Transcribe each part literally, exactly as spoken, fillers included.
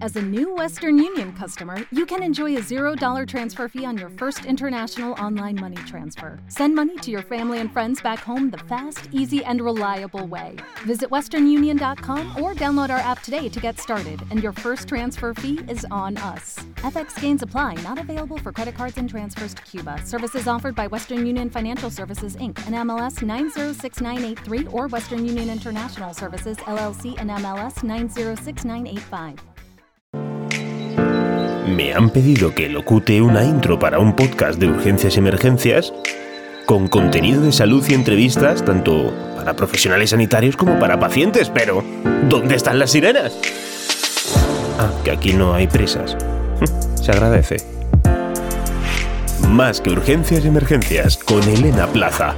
As a new Western Union customer, you can enjoy a zero dollars transfer fee on your first international online money transfer. Send money to your family and friends back home the fast, easy, and reliable way. Visit western union dot com or download our app today to get started, and your first transfer fee is on us. F X gains apply, not available for credit cards and transfers to Cuba. Services offered by Western Union Financial Services, Incorporated, and M L S nine zero six nine eight three or Western Union International Services, L L C, and M L S nine zero six nine eight five. Me han pedido que locute una intro para un podcast de urgencias y emergencias con contenido de salud y entrevistas tanto para profesionales sanitarios como para pacientes, pero ¿dónde están las sirenas? Ah, que aquí no hay prisas. Se agradece. Más que urgencias y emergencias con Elena Plaza.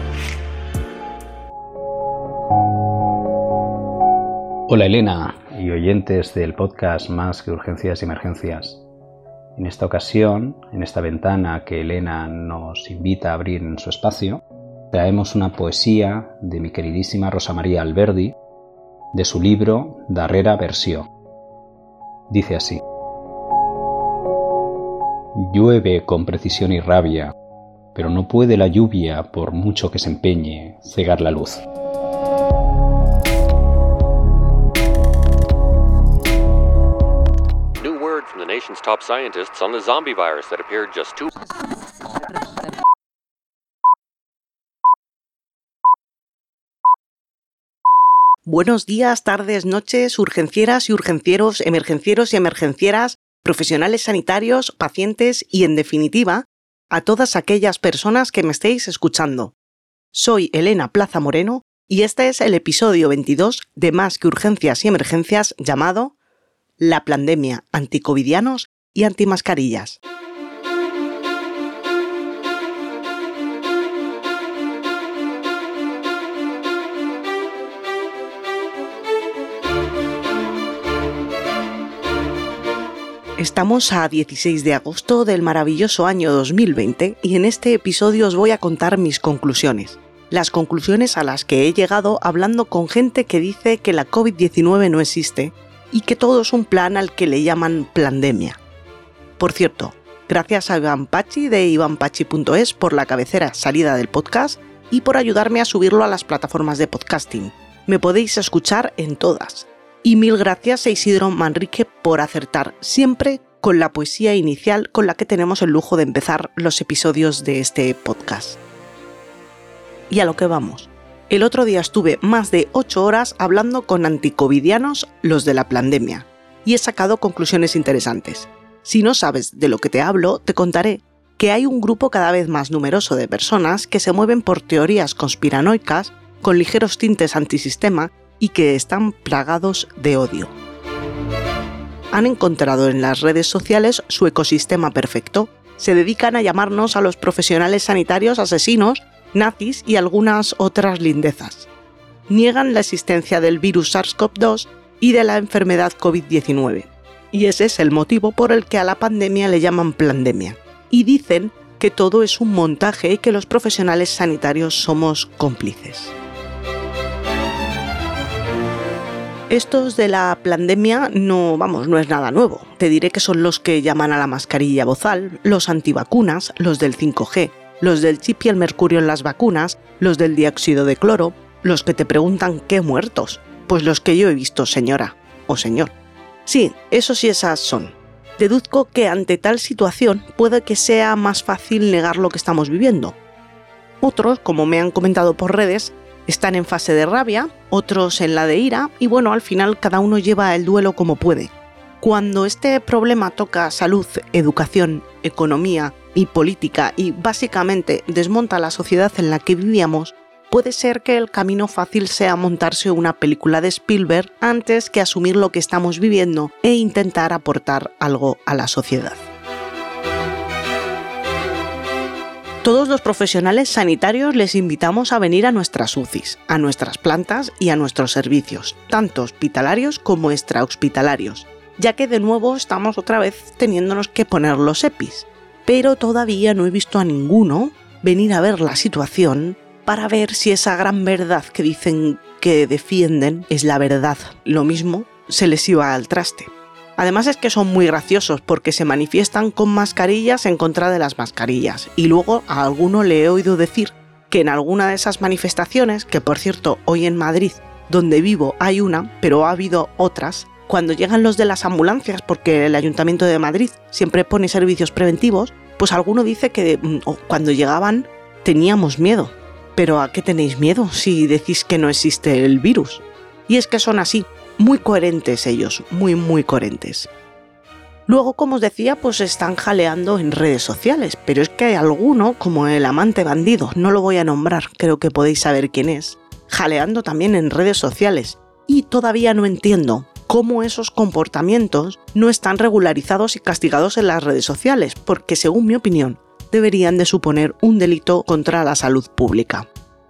Hola Elena y oyentes del podcast Más que urgencias y emergencias. En esta ocasión, en esta ventana que Elena nos invita a abrir en su espacio, traemos una poesía de mi queridísima Rosa María Alberdi, de su libro Darrera Versió. Dice así: llueve con precisión y rabia, pero no puede la lluvia, por mucho que se empeñe, cegar la luz. From the nation's top scientists on the zombie virus that appeared just two... Buenos días, tardes, noches, urgencieras y urgencieros, emergencieros y emergencieras, profesionales sanitarios, pacientes y, en definitiva, a todas aquellas personas que me estéis escuchando. Soy Elena Plaza Moreno y este es el episodio veintidós de Más que urgencias y emergencias llamado La Plandemia, anticovidianos y antimascarillas. Estamos a dieciséis de agosto del maravilloso año dos mil veinte y en este episodio os voy a contar mis conclusiones. Las conclusiones a las que he llegado hablando con gente que dice que la covid diecinueve no existe y que todo es un plan al que le llaman plandemia. Por cierto, gracias a Iván Pachi de iván pachi punto es por la cabecera salida del podcast y por ayudarme a subirlo a las plataformas de podcasting. Me podéis escuchar en todas. Y mil gracias a Isidro Manrique por acertar siempre con la poesía inicial con la que tenemos el lujo de empezar los episodios de este podcast. Y a lo que vamos. El otro día estuve más de ocho horas hablando con anticovidianos, los de la plandemia, y he sacado conclusiones interesantes. Si no sabes de lo que te hablo, te contaré que hay un grupo cada vez más numeroso de personas que se mueven por teorías conspiranoicas con ligeros tintes antisistema y que están plagados de odio. Han encontrado en las redes sociales su ecosistema perfecto. Se dedican a llamarnos a los profesionales sanitarios asesinos, nazis y algunas otras lindezas. Niegan la existencia del virus SARS-CoV dos y de la enfermedad covid diecinueve. Y ese es el motivo por el que a la pandemia le llaman plandemia. Y dicen que todo es un montaje y que los profesionales sanitarios somos cómplices. Estos de la plandemia no, vamos, no es nada nuevo. Te diré que son los que llaman a la mascarilla bozal, los antivacunas, los del cinco G, los del chip y el mercurio en las vacunas, los del dióxido de cloro, los que te preguntan ¿qué muertos? Pues los que yo he visto, señora o señor. Sí, esos y esas son. Deduzco que ante tal situación puede que sea más fácil negar lo que estamos viviendo. Otros, como me han comentado por redes, están en fase de rabia, otros en la de ira y bueno, al final cada uno lleva el duelo como puede. Cuando este problema toca salud, educación, economía y política y básicamente desmonta la sociedad en la que vivíamos, puede ser que el camino fácil sea montarse una película de Spielberg antes que asumir lo que estamos viviendo e intentar aportar algo a la sociedad. Todos los profesionales sanitarios les invitamos a venir a nuestras U C Is, a nuestras plantas y a nuestros servicios, tanto hospitalarios como extrahospitalarios, ya que de nuevo estamos otra vez teniéndonos que poner los EPIs. Pero todavía no he visto a ninguno venir a ver la situación para ver si esa gran verdad que dicen que defienden es la verdad. Lo mismo se les iba al traste. Además es que son muy graciosos porque se manifiestan con mascarillas en contra de las mascarillas. Y luego a alguno le he oído decir que en alguna de esas manifestaciones, que por cierto hoy en Madrid, donde vivo, hay una, pero ha habido otras, cuando llegan los de las ambulancias, porque el Ayuntamiento de Madrid siempre pone servicios preventivos, pues alguno dice que oh, cuando llegaban teníamos miedo. ¿Pero a qué tenéis miedo si decís que no existe el virus? Y es que son así, muy coherentes ellos, muy muy coherentes. Luego, como os decía, pues están jaleando en redes sociales, pero es que hay alguno, como el amante bandido, no lo voy a nombrar, creo que podéis saber quién es, jaleando también en redes sociales. Y todavía no entiendo cómo esos comportamientos no están regularizados y castigados en las redes sociales, porque según mi opinión, deberían de suponer un delito contra la salud pública.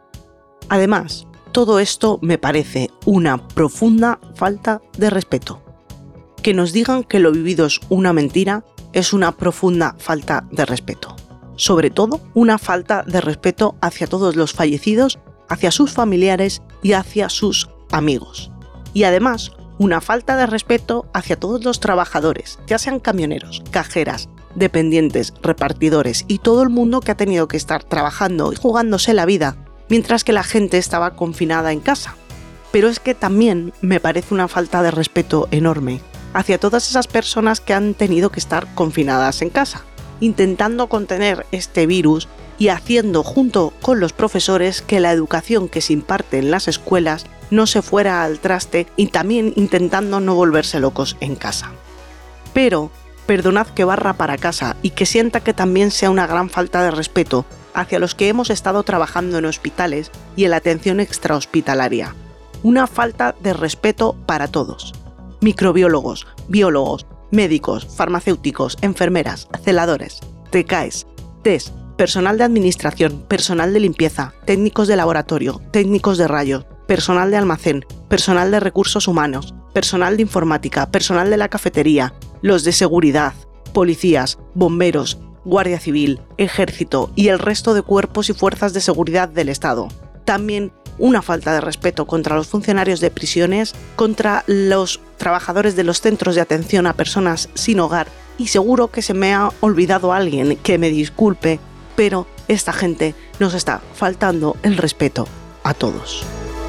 Además, todo esto me parece una profunda falta de respeto. Que nos digan que lo vivido es una mentira es una profunda falta de respeto. Sobre todo, una falta de respeto hacia todos los fallecidos, hacia sus familiares y hacia sus amigos. Y además, una falta de respeto hacia todos los trabajadores, ya sean camioneros, cajeras, dependientes, repartidores y todo el mundo que ha tenido que estar trabajando y jugándose la vida mientras que la gente estaba confinada en casa. Pero es que también me parece una falta de respeto enorme hacia todas esas personas que han tenido que estar confinadas en casa, intentando contener este virus y haciendo junto con los profesores que la educación que se imparte en las escuelas no se fuera al traste y también intentando no volverse locos en casa. Pero perdonad que barra para casa y que sienta que también sea una gran falta de respeto hacia los que hemos estado trabajando en hospitales y en la atención extrahospitalaria. Una falta de respeto para todos. Microbiólogos, biólogos, médicos, farmacéuticos, enfermeras, celadores, T K Es, T E S, personal de administración, personal de limpieza, técnicos de laboratorio, técnicos de rayos, personal de almacén, personal de recursos humanos, personal de informática, personal de la cafetería, los de seguridad, policías, bomberos, Guardia Civil, Ejército y el resto de cuerpos y fuerzas de seguridad del Estado. También una falta de respeto contra los funcionarios de prisiones, contra los trabajadores de los centros de atención a personas sin hogar, y seguro que se me ha olvidado alguien, que me disculpe, pero esta gente nos está faltando el respeto a todos.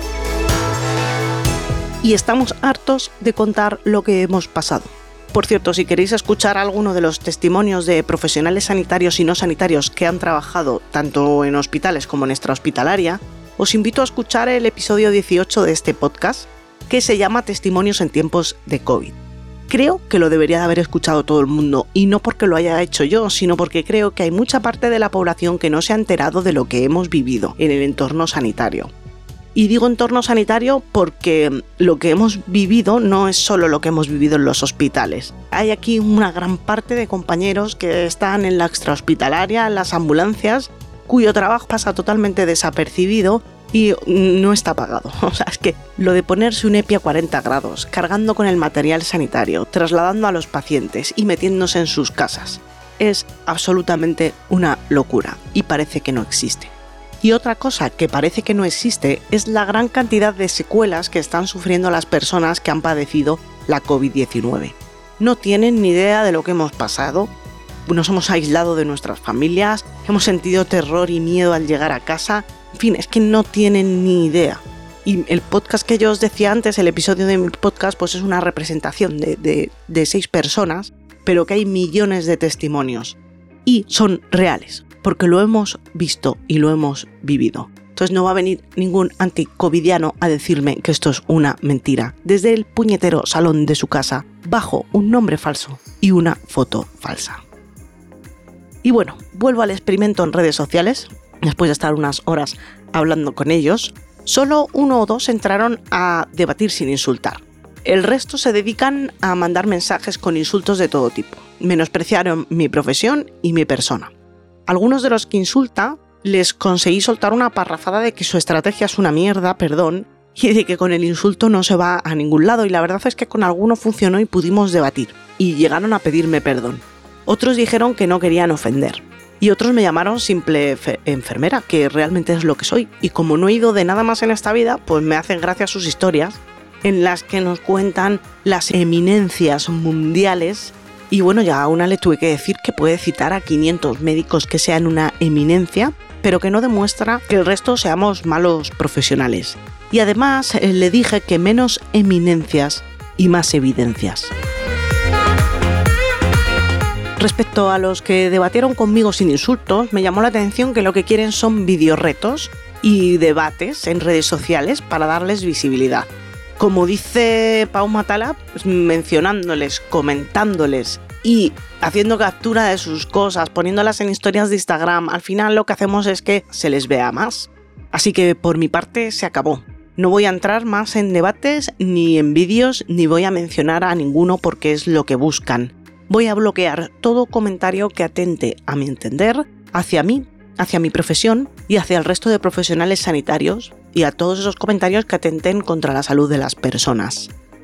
Y estamos hartos de contar lo que hemos pasado. Por cierto, si queréis escuchar alguno de los testimonios de profesionales sanitarios y no sanitarios que han trabajado tanto en hospitales como en extrahospitalaria, os invito a escuchar el episodio dieciocho de este podcast, que se llama Testimonios en tiempos de COVID. Creo que lo debería de haber escuchado todo el mundo, y no porque lo haya hecho yo, sino porque creo que hay mucha parte de la población que no se ha enterado de lo que hemos vivido en el entorno sanitario. Y digo entorno sanitario porque lo que hemos vivido no es solo lo que hemos vivido en los hospitales. Hay aquí una gran parte de compañeros que están en la extrahospitalaria, en las ambulancias, cuyo trabajo pasa totalmente desapercibido y no está pagado. O sea, es que lo de ponerse un EPI a cuarenta grados, cargando con el material sanitario, trasladando a los pacientes y metiéndose en sus casas, es absolutamente una locura y parece que no existe. Y otra cosa que parece que no existe es la gran cantidad de secuelas que están sufriendo las personas que han padecido la covid diecinueve. No tienen ni idea de lo que hemos pasado, nos hemos aislado de nuestras familias, hemos sentido terror y miedo al llegar a casa, en fin, es que no tienen ni idea. Y el podcast que yo os decía antes, el episodio de mi podcast, pues es una representación de, de, de seis personas, pero que hay millones de testimonios y son reales, porque lo hemos visto y lo hemos vivido. Entonces no va a venir ningún anticovidiano a decirme que esto es una mentira, desde el puñetero salón de su casa, bajo un nombre falso y una foto falsa. Y bueno, vuelvo al experimento en redes sociales, después de estar unas horas hablando con ellos. Solo uno o dos entraron a debatir sin insultar. El resto se dedican a mandar mensajes con insultos de todo tipo. Menospreciaron mi profesión y mi persona. Algunos de los que insulta les conseguí soltar una parrafada de que su estrategia es una mierda, perdón, y de que con el insulto no se va a ningún lado, y la verdad es que con alguno funcionó y pudimos debatir, y llegaron a pedirme perdón. Otros dijeron que no querían ofender, y otros me llamaron simple enfermera, que realmente es lo que soy, y como no he ido de nada más en esta vida, pues me hacen gracia sus historias, en las que nos cuentan las eminencias mundiales. Y bueno, ya a una le tuve que decir que puede citar a quinientos médicos que sean una eminencia, pero que no demuestra que el resto seamos malos profesionales. Y además eh, le dije que menos eminencias y más evidencias. Respecto a los que debatieron conmigo sin insultos, me llamó la atención que lo que quieren son videoretos y debates en redes sociales para darles visibilidad. Como dice Pau Matala, pues mencionándoles, comentándoles y haciendo captura de sus cosas, poniéndolas en historias de Instagram, al final lo que hacemos es que se les vea más. Así que por mi parte se acabó. No voy a entrar más en debates, ni en vídeos, ni voy a mencionar a ninguno porque es lo que buscan. Voy a bloquear todo comentario que atente, a mi entender, hacia mí, hacia mi profesión y hacia el resto de profesionales sanitarios y a todos esos comentarios que atenten contra la salud de las personas.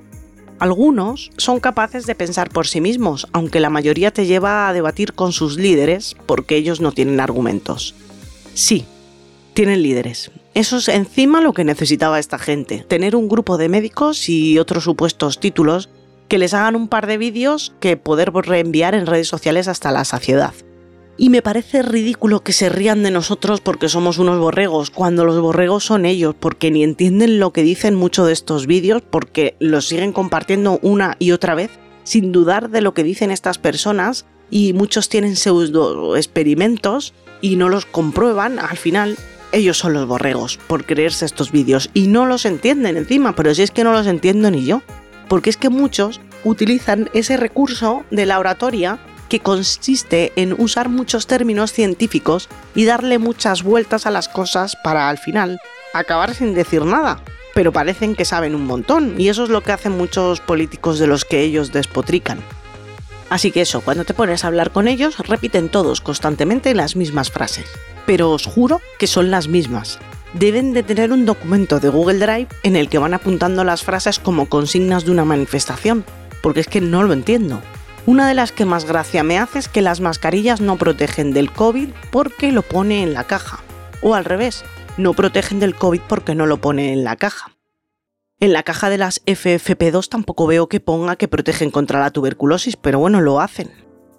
Algunos son capaces de pensar por sí mismos, aunque la mayoría te lleva a debatir con sus líderes porque ellos no tienen argumentos. Sí, tienen líderes. Eso es encima lo que necesitaba esta gente, tener un grupo de médicos y otros supuestos títulos que les hagan un par de vídeos que poder reenviar en redes sociales hasta la saciedad. Y me parece ridículo que se rían de nosotros porque somos unos borregos, cuando los borregos son ellos, porque ni entienden lo que dicen mucho de estos vídeos, porque los siguen compartiendo una y otra vez, sin dudar de lo que dicen estas personas, y muchos tienen pseudo experimentos y no los comprueban. Al final, ellos son los borregos por creerse estos vídeos, y no los entienden encima, pero si es que no los entiendo ni yo, porque es que muchos utilizan ese recurso de la oratoria que consiste en usar muchos términos científicos y darle muchas vueltas a las cosas para al final acabar sin decir nada, pero parecen que saben un montón, y eso es lo que hacen muchos políticos de los que ellos despotrican. Así que eso, cuando te pones a hablar con ellos, repiten todos constantemente las mismas frases, pero os juro que son las mismas. Deben de tener un documento de Google Drive en el que van apuntando las frases como consignas de una manifestación, porque es que no lo entiendo. Una de las que más gracia me hace es que las mascarillas no protegen del COVID porque lo pone en la caja. O al revés, no protegen del COVID porque no lo pone en la caja. En la caja de las F F P dos tampoco veo que ponga que protegen contra la tuberculosis, pero bueno, lo hacen.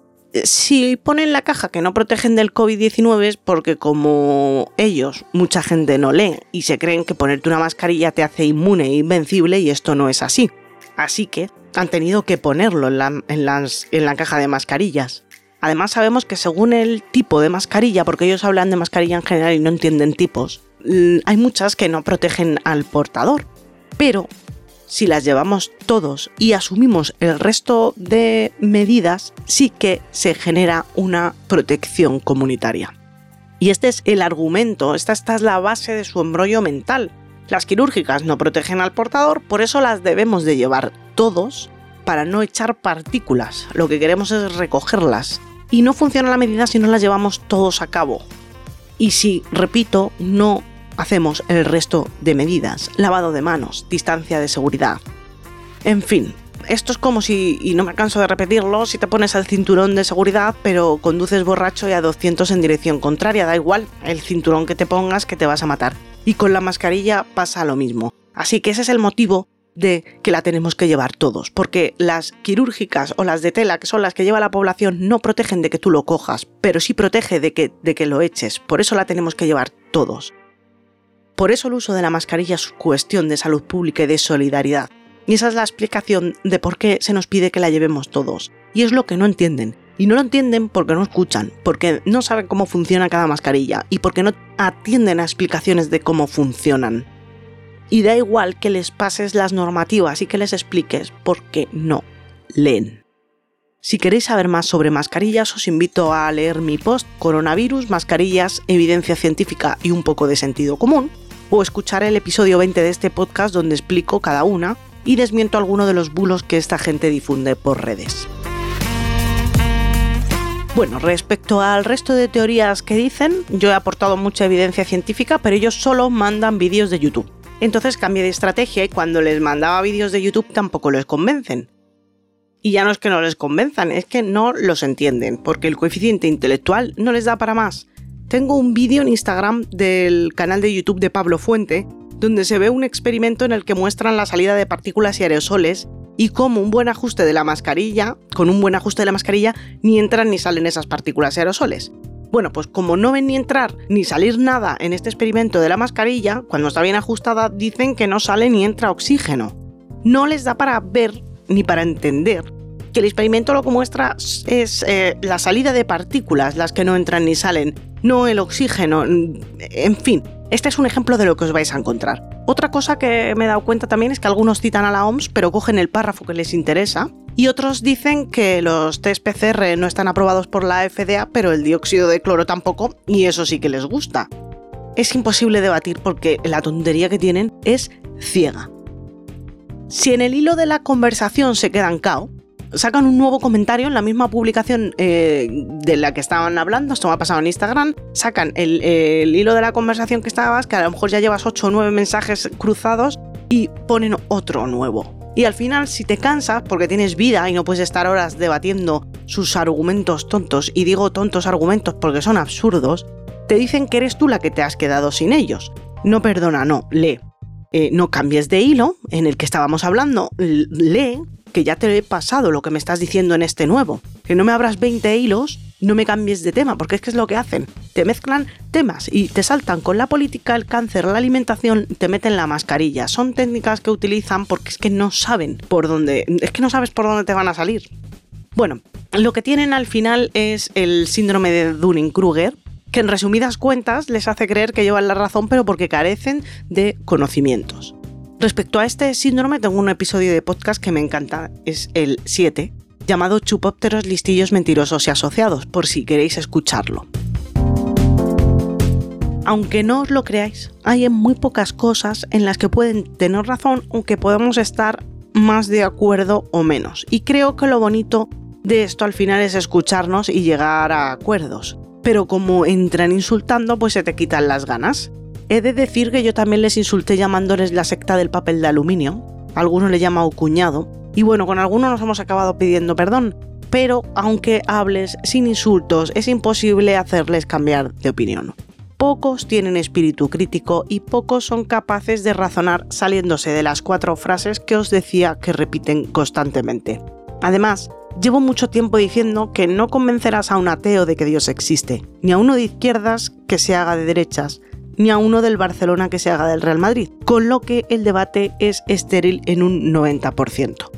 Si ponen en la caja que no protegen del COVID diecinueve es porque, como ellos, mucha gente no lee y se creen que ponerte una mascarilla te hace inmune e invencible, y esto no es así. Así que han tenido que ponerlo en la, en, las, en la caja de mascarillas. Además sabemos que según el tipo de mascarilla, porque ellos hablan de mascarilla en general y no entienden tipos, hay muchas que no protegen al portador. Pero si las llevamos todos y asumimos el resto de medidas, sí que se genera una protección comunitaria. Y este es el argumento, esta, esta es la base de su embrollo mental. Las quirúrgicas no protegen al portador, por eso las debemos de llevar todos para no echar partículas. Lo que queremos es recogerlas. Y no funciona la medida si no las llevamos todos a cabo. Y si, repito, no hacemos el resto de medidas, lavado de manos, distancia de seguridad. En fin, esto es como si, y no me canso de repetirlo, si te pones el cinturón de seguridad pero conduces borracho y a doscientos en dirección contraria, da igual el cinturón que te pongas, que te vas a matar. Y con la mascarilla pasa lo mismo. Así que ese es el motivo de que la tenemos que llevar todos, porque las quirúrgicas o las de tela, que son las que lleva la población, no protegen de que tú lo cojas, pero sí protege de que, de que lo eches. Por eso la tenemos que llevar todos. Por eso el uso de la mascarilla es cuestión de salud pública y de solidaridad. Y esa es la explicación de por qué se nos pide que la llevemos todos. Y es lo que no entienden. Y no lo entienden porque no escuchan, porque no saben cómo funciona cada mascarilla y porque no atienden a explicaciones de cómo funcionan. Y da igual que les pases las normativas y que les expliques, porque no leen. Si queréis saber más sobre mascarillas, os invito a leer mi post Coronavirus, mascarillas, evidencia científica y un poco de sentido común, o escuchar el episodio veinte de este podcast donde explico cada una y desmiento alguno de los bulos que esta gente difunde por redes. Bueno, respecto al resto de teorías que dicen, yo he aportado mucha evidencia científica, pero ellos solo mandan vídeos de YouTube. Entonces cambié de estrategia y cuando les mandaba vídeos de YouTube tampoco les convencen. Y ya no es que no les convenzan, es que no los entienden, porque el coeficiente intelectual no les da para más. Tengo un vídeo en Instagram del canal de YouTube de Pablo Fuente donde se ve un experimento en el que muestran la salida de partículas y aerosoles y cómo un buen ajuste de la mascarilla, con un buen ajuste de la mascarilla, ni entran ni salen esas partículas y aerosoles. Bueno, pues como no ven ni entrar ni salir nada en este experimento de la mascarilla, cuando está bien ajustada dicen que no sale ni entra oxígeno. No les da para ver ni para entender que el experimento lo que muestra es eh, la salida de partículas, las que no entran ni salen, no el oxígeno, en fin. Este es un ejemplo de lo que os vais a encontrar. Otra cosa que me he dado cuenta también es que algunos citan a la O M S, pero cogen el párrafo que les interesa, y otros dicen que los test P C R no están aprobados por la F D A, pero el dióxido de cloro tampoco, y eso sí que les gusta. Es imposible debatir porque la tontería que tienen es ciega. Si en el hilo de la conversación se quedan cao, sacan un nuevo comentario en la misma publicación eh, de la que estaban hablando. Esto me ha pasado en Instagram. Sacan el, el hilo de la conversación que estabas, que a lo mejor ya llevas ocho o nueve mensajes cruzados, y ponen otro nuevo. Y al final, si te cansas porque tienes vida y no puedes estar horas debatiendo sus argumentos tontos, y digo tontos argumentos porque son absurdos, te dicen que eres tú la que te has quedado sin ellos. No, perdona, no, lee. Eh, no cambies de hilo en el que estábamos hablando, lee, que ya te he pasado lo que me estás diciendo en este nuevo. Que no me abras veinte hilos, no me cambies de tema, porque es que es lo que hacen. Te mezclan temas y te saltan con la política, el cáncer, la alimentación, te meten la mascarilla. Son técnicas que utilizan porque es que no saben por dónde, es que no sabes por dónde te van a salir. Bueno, lo que tienen al final es el síndrome de Dunning-Kruger, que en resumidas cuentas les hace creer que llevan la razón, pero porque carecen de conocimientos. Respecto a este síndrome tengo un episodio de podcast que me encanta, es el siete, llamado Chupópteros, listillos, mentirosos y asociados, por si queréis escucharlo. Aunque no os lo creáis, hay en muy pocas cosas en las que pueden tener razón, aunque podemos estar más de acuerdo o menos. Y creo que lo bonito de esto al final es escucharnos y llegar a acuerdos. Pero como entran insultando, pues se te quitan las ganas. He de decir que yo también les insulté llamándoles la secta del papel de aluminio. Algunos le llaman cuñado. Y bueno, con algunos nos hemos acabado pidiendo perdón. Pero aunque hables sin insultos, es imposible hacerles cambiar de opinión. Pocos tienen espíritu crítico y pocos son capaces de razonar saliéndose de las cuatro frases que os decía que repiten constantemente. Además, llevo mucho tiempo diciendo que no convencerás a un ateo de que Dios existe, ni a uno de izquierdas que se haga de derechas, ni a uno del Barcelona que se haga del Real Madrid, con lo que el debate es estéril en un noventa por ciento.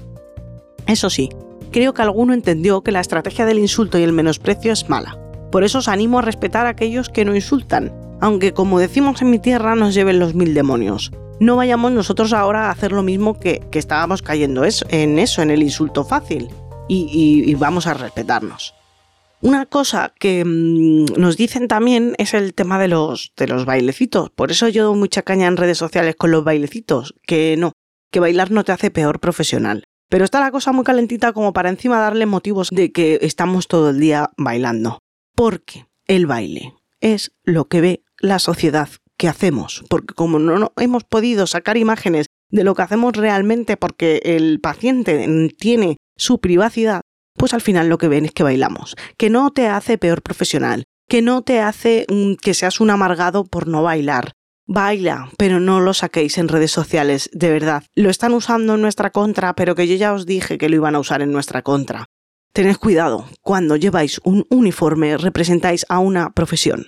Eso sí, creo que alguno entendió que la estrategia del insulto y el menosprecio es mala. Por eso os animo a respetar a aquellos que no insultan, aunque como decimos en mi tierra nos lleven los mil demonios. No vayamos nosotros ahora a hacer lo mismo que, que estábamos cayendo eso, en eso, en el insulto fácil. Y, y, y vamos a respetarnos. Una cosa que mmm, nos dicen también es el tema de los, de los bailecitos. Por eso yo doy mucha caña en redes sociales con los bailecitos. Que no, que bailar no te hace peor profesional. Pero está la cosa muy calentita como para encima darle motivos de que estamos todo el día bailando. Porque el baile es lo que ve la sociedad que hacemos. Porque como no, no hemos podido sacar imágenes de lo que hacemos realmente porque el paciente tiene su privacidad, pues al final lo que ven es que bailamos, que no te hace peor profesional, que no te hace um, que seas un amargado por no bailar. Baila, pero no lo saquéis en redes sociales, de verdad. Lo están usando en nuestra contra, pero que yo ya os dije que lo iban a usar en nuestra contra. Tened cuidado, cuando lleváis un uniforme representáis a una profesión.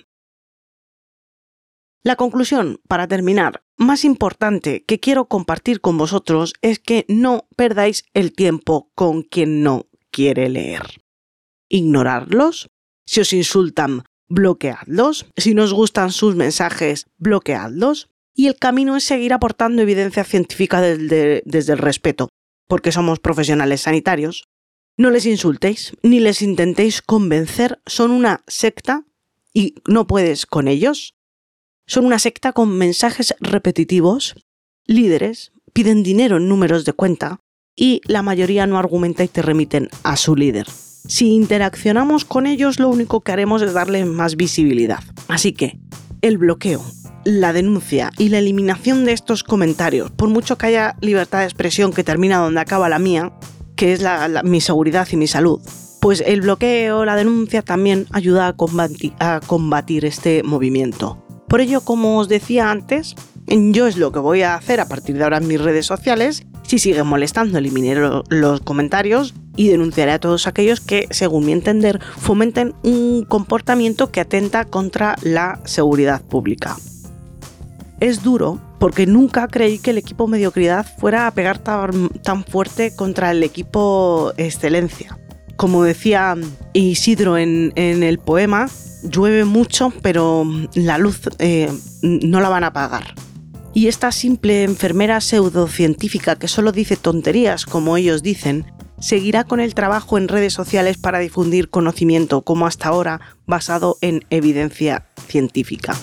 La conclusión, para terminar, más importante que quiero compartir con vosotros es que no perdáis el tiempo con quien no quiere leer. Ignorarlos. Si os insultan, bloqueadlos. Si no os gustan sus mensajes, bloqueadlos. Y el camino es seguir aportando evidencia científica desde, desde el respeto, porque somos profesionales sanitarios. No les insultéis, ni les intentéis convencer. Son una secta y no puedes con ellos. Son una secta con mensajes repetitivos, líderes, piden dinero en números de cuenta y la mayoría no argumenta y te remiten a su líder. Si interaccionamos con ellos, lo único que haremos es darles más visibilidad. Así que el bloqueo, la denuncia y la eliminación de estos comentarios, por mucho que haya libertad de expresión que termina donde acaba la mía, que es la, la, mi seguridad y mi salud, pues el bloqueo, la denuncia también ayuda a combatir, a combatir este movimiento. Por ello, como os decía antes, Yo es lo que voy a hacer a partir de ahora en mis redes sociales. Si siguen molestando, eliminaré los comentarios y denunciaré a todos aquellos que, según mi entender, fomenten un comportamiento que atenta contra la seguridad pública. Es duro porque nunca creí que el equipo mediocridad fuera a pegar tan, tan fuerte contra el equipo excelencia. Como decía Isidro en, en el poema, llueve mucho, pero la luz eh, no la van a apagar. Y esta simple enfermera pseudocientífica que solo dice tonterías, como ellos dicen, seguirá con el trabajo en redes sociales para difundir conocimiento, como hasta ahora, basado en evidencia científica.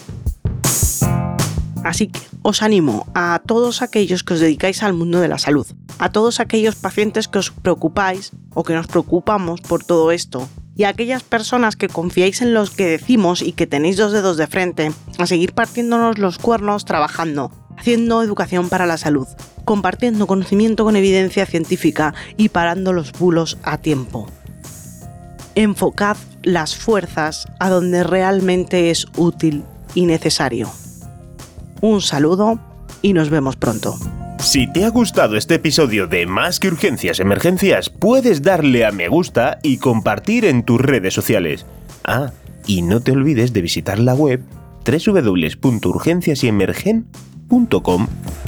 Así que os animo a todos aquellos que os dedicáis al mundo de la salud, a todos aquellos pacientes que os preocupáis o que nos preocupamos por todo esto, y a aquellas personas que confiáis en lo que decimos y que tenéis dos dedos de frente, a seguir partiéndonos los cuernos trabajando, haciendo educación para la salud, compartiendo conocimiento con evidencia científica y parando los bulos a tiempo. Enfocad las fuerzas a donde realmente es útil y necesario. Un saludo y nos vemos pronto. Si te ha gustado este episodio de Más que Urgencias Emergencias, puedes darle a me gusta y compartir en tus redes sociales. Ah, y no te olvides de visitar la web doble u doble u doble u punto urgencias y emergen punto com.